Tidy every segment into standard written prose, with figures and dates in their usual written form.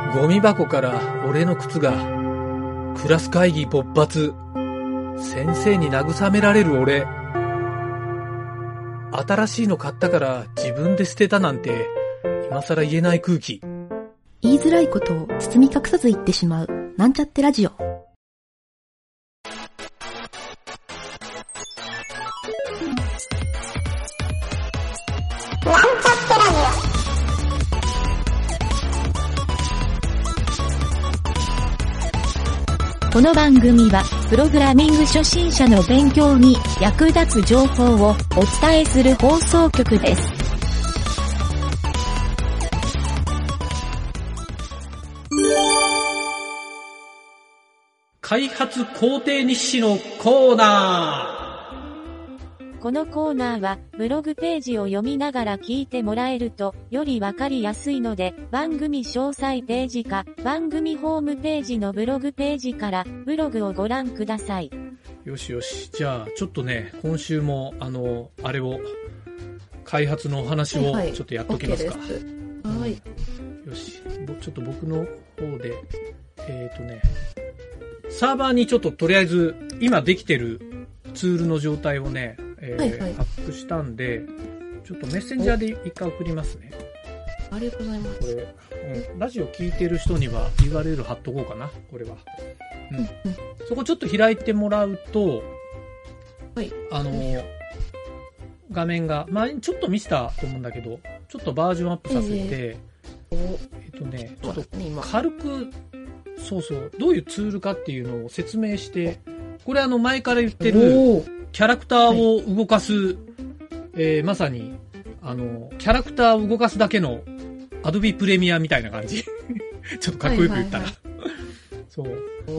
ゴミ箱から俺の靴が。クラス会議勃発。先生に慰められる俺。新しいの買ったから自分で捨てたなんて今更言えない空気。 言いづらいことを包み隠さず言ってしまうなんちゃってラジオ。この番組はプログラミング初心者の勉強に役立つ情報をお伝えする放送局です。 開発工程日誌のコーナー。 このコーナーはブログページを読みながら聞いてもらえるとよりわかりやすいので、番組詳細ページか番組ホームページのブログページからブログをご覧ください。 よしよし。じゃあちょっとね、今週もあれを開発のお話をちょっとやっときますか。 はい。 よし。ちょっと僕の方でサーバーにちょっととりあえず今できてるツールの状態をね、アップしたんで、ちょっとメッセンジャーで一回送りますね。 ありがとうございます。 これ、ラジオ聞いてる人には URL 貼っとこうかな、これは。そこちょっと開いてもらうと、 はい。 画面が、前にちょっと見せたと思うんだけど、ちょっとバージョンアップさせて、ちょっと軽く、そうそう、どういうツールかっていうのを説明して、これ前から言ってる、キャラクターを動かす、まさに、キャラクターを動かすだけの Adobe プレミアみたいな感じ。ちょっとかっこよく言ったら。そう。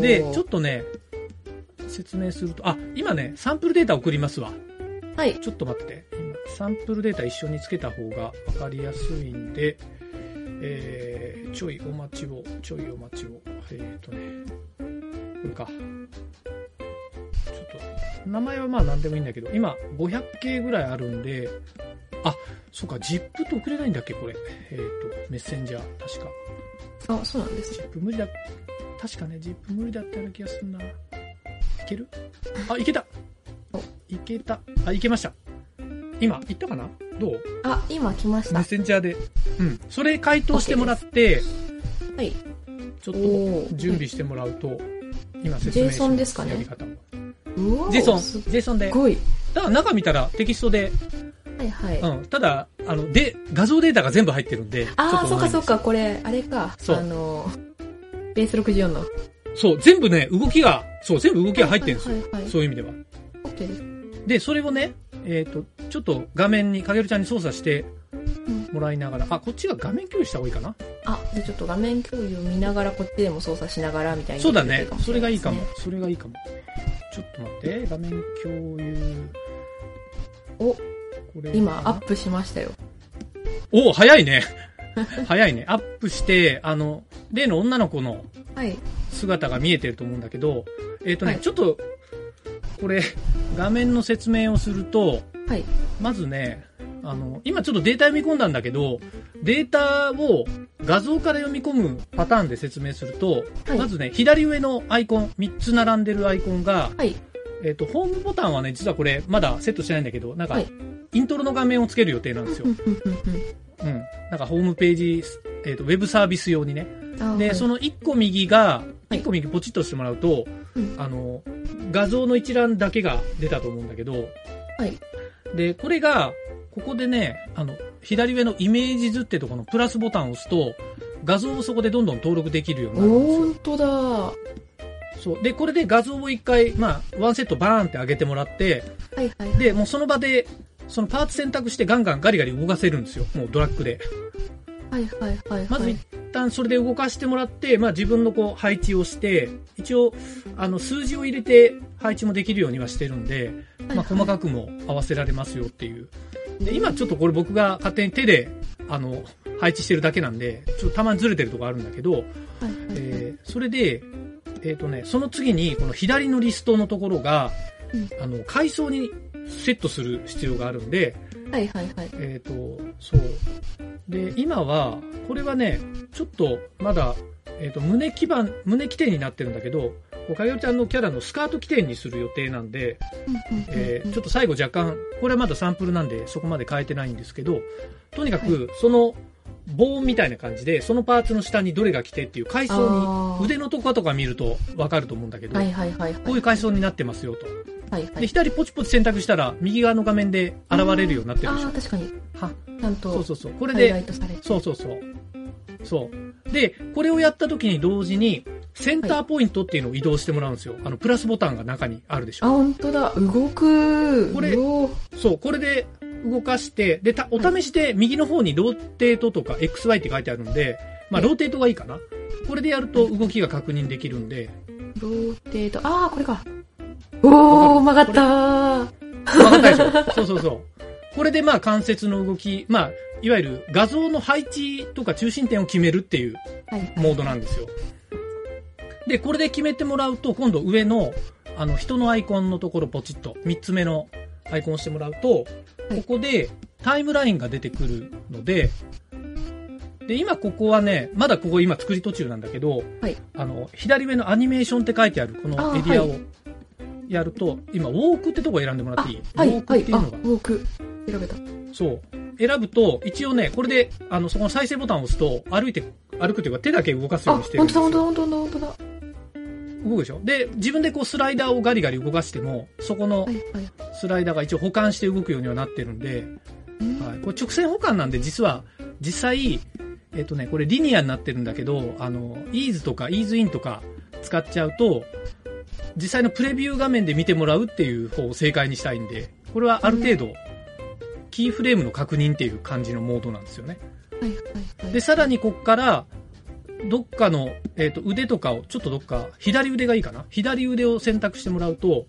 で、ちょっとね、説明すると、今ね、サンプルデータ送りますわ。 はい。 ちょっと待ってて。今、サンプルデータ一緒につけた方がわかりやすいんで、ちょいお待ちを。これか。ちょっと、名前はまあ何でもいいんだけど、今500系ぐらいあるんで、そうか、ZIP と送れないんだっけ、これ。メッセンジャー、確か。 そうなんです。 ZIP 無理だ。確かね、ZIP 無理だったような気がするな。いける？いけた。いけた。いけました。今、いったかな？どう？ 今来ました。 メッセンジャーで。それ回答してもらって、 はい。 ちょっと準備してもらうと、今説明します。 JSON ですかね？ やり方を。 JSON で。 すごい。 だから中見たらテキストで、ただ、画像データが全部入ってるんで。 そうか、これ、あれか。ベース64の。 そう、全部ね、動きが入ってるんですよ。そういう意味では。 OK です。 で、それをね、ちょっと画面に、かげるちゃんに操作してもらいながら、こっちが画面共有した方がいいかな？ で、ちょっと画面共有見ながら、こっちでも操作しながらみたいな。 そうだね。それがいいかも。ちょっと待って、画面共有。これ今、アップしましたよ。 早いね。早いね。アップして、例の女の子の姿が見えてると思うんだけど、ちょっと、これ、画面の説明をすると、まずね、今ちょっとデータ読み込んだんだけど、データを画像から読み込むパターンで説明すると、まずね、左上のアイコン、3つ並んでるアイコンが、ホームボタンはね、実はこれまだセットしてないんだけど、なんか、イントロの画面をつける予定なんですよ。なんかホームページ、ウェブサービス用にね。で、その1個右ポチッとしてもらうと、画像の一覧だけが出たと思うんだけど、で、これが、ここでね、左上のイメージ図ってとこのプラスボタンを押すと、画像をそこでどんどん登録できるようになるんですよ。 本当だ。 そう。で、これで画像を一回、ワンセットバーンって上げてもらって、で、もうその場で、そのパーツ選択してガンガンガリガリ動かせるんですよ。もうドラッグで。まず一旦それで動かしてもらって、自分の配置をして、一応、数字を入れて配置もできるようにはしてるんで、細かくも合わせられますよっていう。で、今ちょっとこれ僕が勝手に手で、配置してるだけなんで、ちょっとたまにずれてるとこあるんだけど、それで、その次に、この左のリストのところが、階層にセットする必要があるんで、そう。で、今は、これはね、ちょっとまだ胸起点になってるんだけど、かげるちゃんのキャラのスカート起点にする予定なんで、ちょっと最後若干、これはまだサンプルなんでそこまで変えてないんですけど、とにかくその棒みたいな感じで、そのパーツの下にどれが来てっていう階層に、腕のとことか見るとわかると思うんだけど、こういう階層になってますよと。で、左ポチポチ選択したら、右側の画面で現れるようになってるでしょ。 確かに。ちゃんと。 そう。これで、そう。で、これをやった時に同時に、センターポイントっていうのを移動してもらうんですよ。プラスボタンが中にあるでしょ。 本当だ。動く。 これで動かして、で、お試しで右の方にローテートとか XY って書いてあるんで、まあ、ローテートがいいかな。これでやると動きが確認できるんで。 ローテート、これか。曲がったー。 曲がったでしょ。そう。これでまあ関節の動き、まあ、いわゆる画像の配置とか中心点を決めるっていうモードなんですよ。で、これで決めてもらうと、今度上の、人のアイコンのところポチッと、3つ目のアイコンを押してもらうと、ここでタイムラインが出てくるので、で、今ここはね、まだここ今作り途中なんだけど、左上のアニメーションって書いてあるこのエリアをやると、今、ウォークってとこ選んでもらっていい？ウォークっていうのが。 ウォーク。選べた。 そう。選ぶと、一応ね、これで、そこの再生ボタンを押すと、歩くというか手だけ動かすようにしてるんですよ。 本当だ。 動くでしょ。で、自分でこうスライダーをガリガリ動かしても、そこのスライダーが一応保管して動くようにはなってるんで、これ直線保管なんで実際、これリニアになってるんだけど、イーズとかイーズインとか使っちゃうと、実際のプレビュー画面で見てもらうっていう方を正解にしたいんで、これはある程度、キーフレームの確認っていう感じのモードなんですよね。で、さらにこっから、どっかの、腕とかを、ちょっとどっか、左腕がいいかな？左腕を選択してもらうと、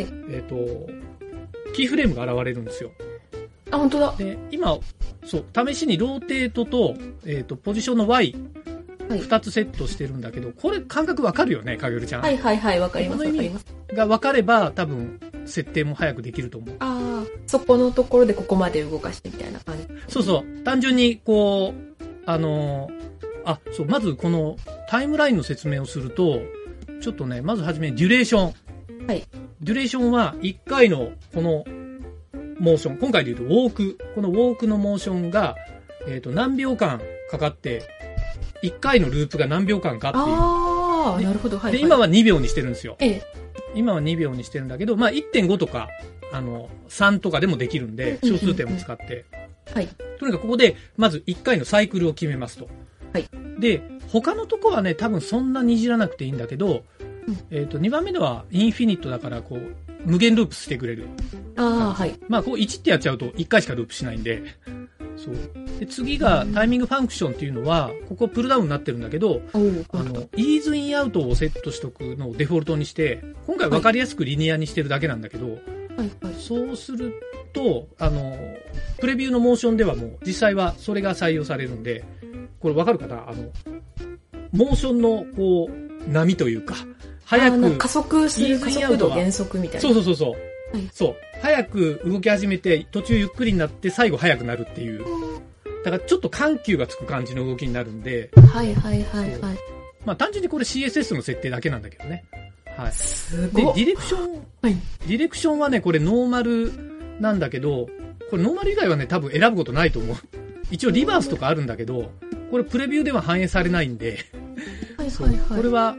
キーフレームが現れるんですよ。 本当だ。 で、今、試しにローテートと、ポジションの Y、2つセットしてるんだけど、これ感覚わかるよね、かげるちゃん。 わかります。この意味がわかれば、多分、設定も早くできると思う。 そこのところでここまで動かしてみたいな感じ。 そう。単純に、こう、まずこのタイムラインの説明をすると、ちょっとね、まずはじめデュレーション。デュレーションは1回のこのモーション、今回で言うとウォーク。このウォークのモーションが、何秒間かかって、1回のループが何秒間かっていう。 なるほど。 で、今は2秒にしてるんですよ。今は2秒にしてるんだけど、まあ 1.5 とか、3とかでもできるんで、小数点を使って。とにかくここで、まず1回のサイクルを決めますと。で、他のとこはね、多分そんなにいじらなくていいんだけど、2番目ではインフィニットだから、こう、無限ループしてくれる。まあ、こう1ってやっちゃうと1回しかループしないんで、そう。で、次がタイミングファンクションっていうのは、ここプルダウンになってるんだけど、イーズインアウトをセットしとくのをデフォルトにして、今回分かりやすくリニアにしてるだけなんだけど、そうすると、プレビューのモーションではもう実際はそれが採用されるんで、これ分かるかな？モーションのこう波というか、早く加速する加速度減速みたいな。 そう。早く動き始めて途中ゆっくりになって最後速くなるっていう。だからちょっと緩急がつく感じの動きになるんで。まあ単純にこれ CSS の設定だけなんだけどね。 すごい。 で、ディレクションはね、これノーマルなんだけど、これノーマル以外はね、多分選ぶことないと思う。一応リバースとかあるんだけど、これプレビューでは反映されないんで、これは、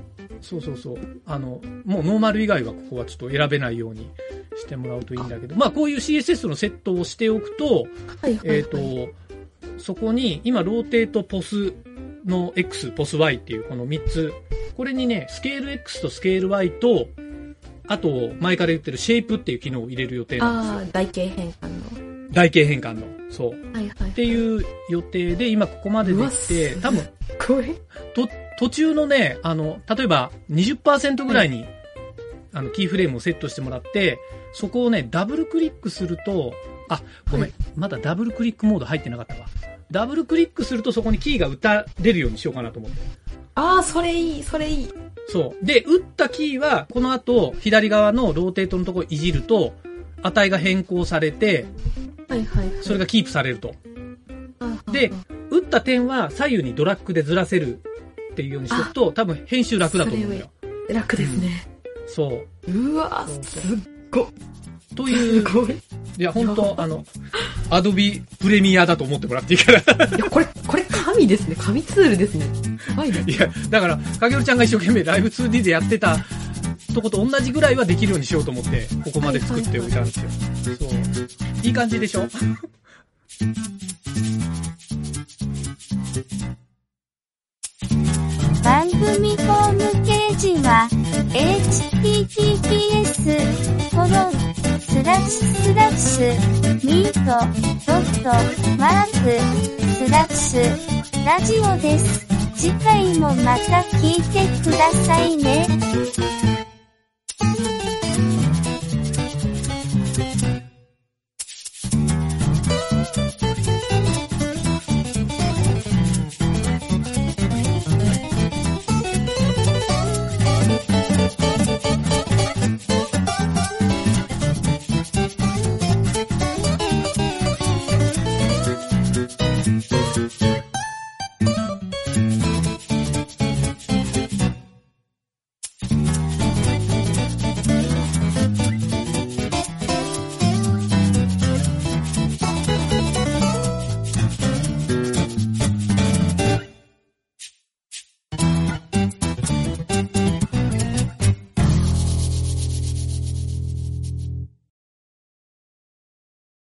もうノーマル以外はここはちょっと選べないようにしてもらうといいんだけど、まあこういう CSS のセットをしておくと、そこに今ローテートポスの X、ポス Y っていうこの3つ、これにね、スケール X とスケール Y と、あと前から言ってるシェイプっていう機能を入れる予定なんですよ。 台形変換の。 台形変換の。そう。っていう予定で、今ここまでできて、多分、途中のね、例えば 20% ぐらいに、キーフレームをセットしてもらって、そこをね、ダブルクリックすると、ごめん、まだダブルクリックモード入ってなかったわ。ダブルクリックするとそこにキーが打たれるようにしようかなと思って。 それいい。 そう。で、打ったキーは、この後、左側のローテートのところいじると、値が変更されて、それがキープされると。で、打った点は左右にドラッグでずらせるっていうようにしとくと、多分編集楽だと思うよ。 楽ですね。 そう。 うわー、すっご。 という、いや、本当アドビプレミアだと思ってもらっていいから。 いや、これ神ですね。神ツールですね。やばいです。 いや、だから、かげるちゃんが一生懸命ライブ 2D でやってたとこと同じぐらいはできるようにしようと思って、ここまで作っておいたんですよ。そう。いい感じでしょ？ 番組ホームページは https://meet.mark/ラジオです。次回もまた聞いてくださいね。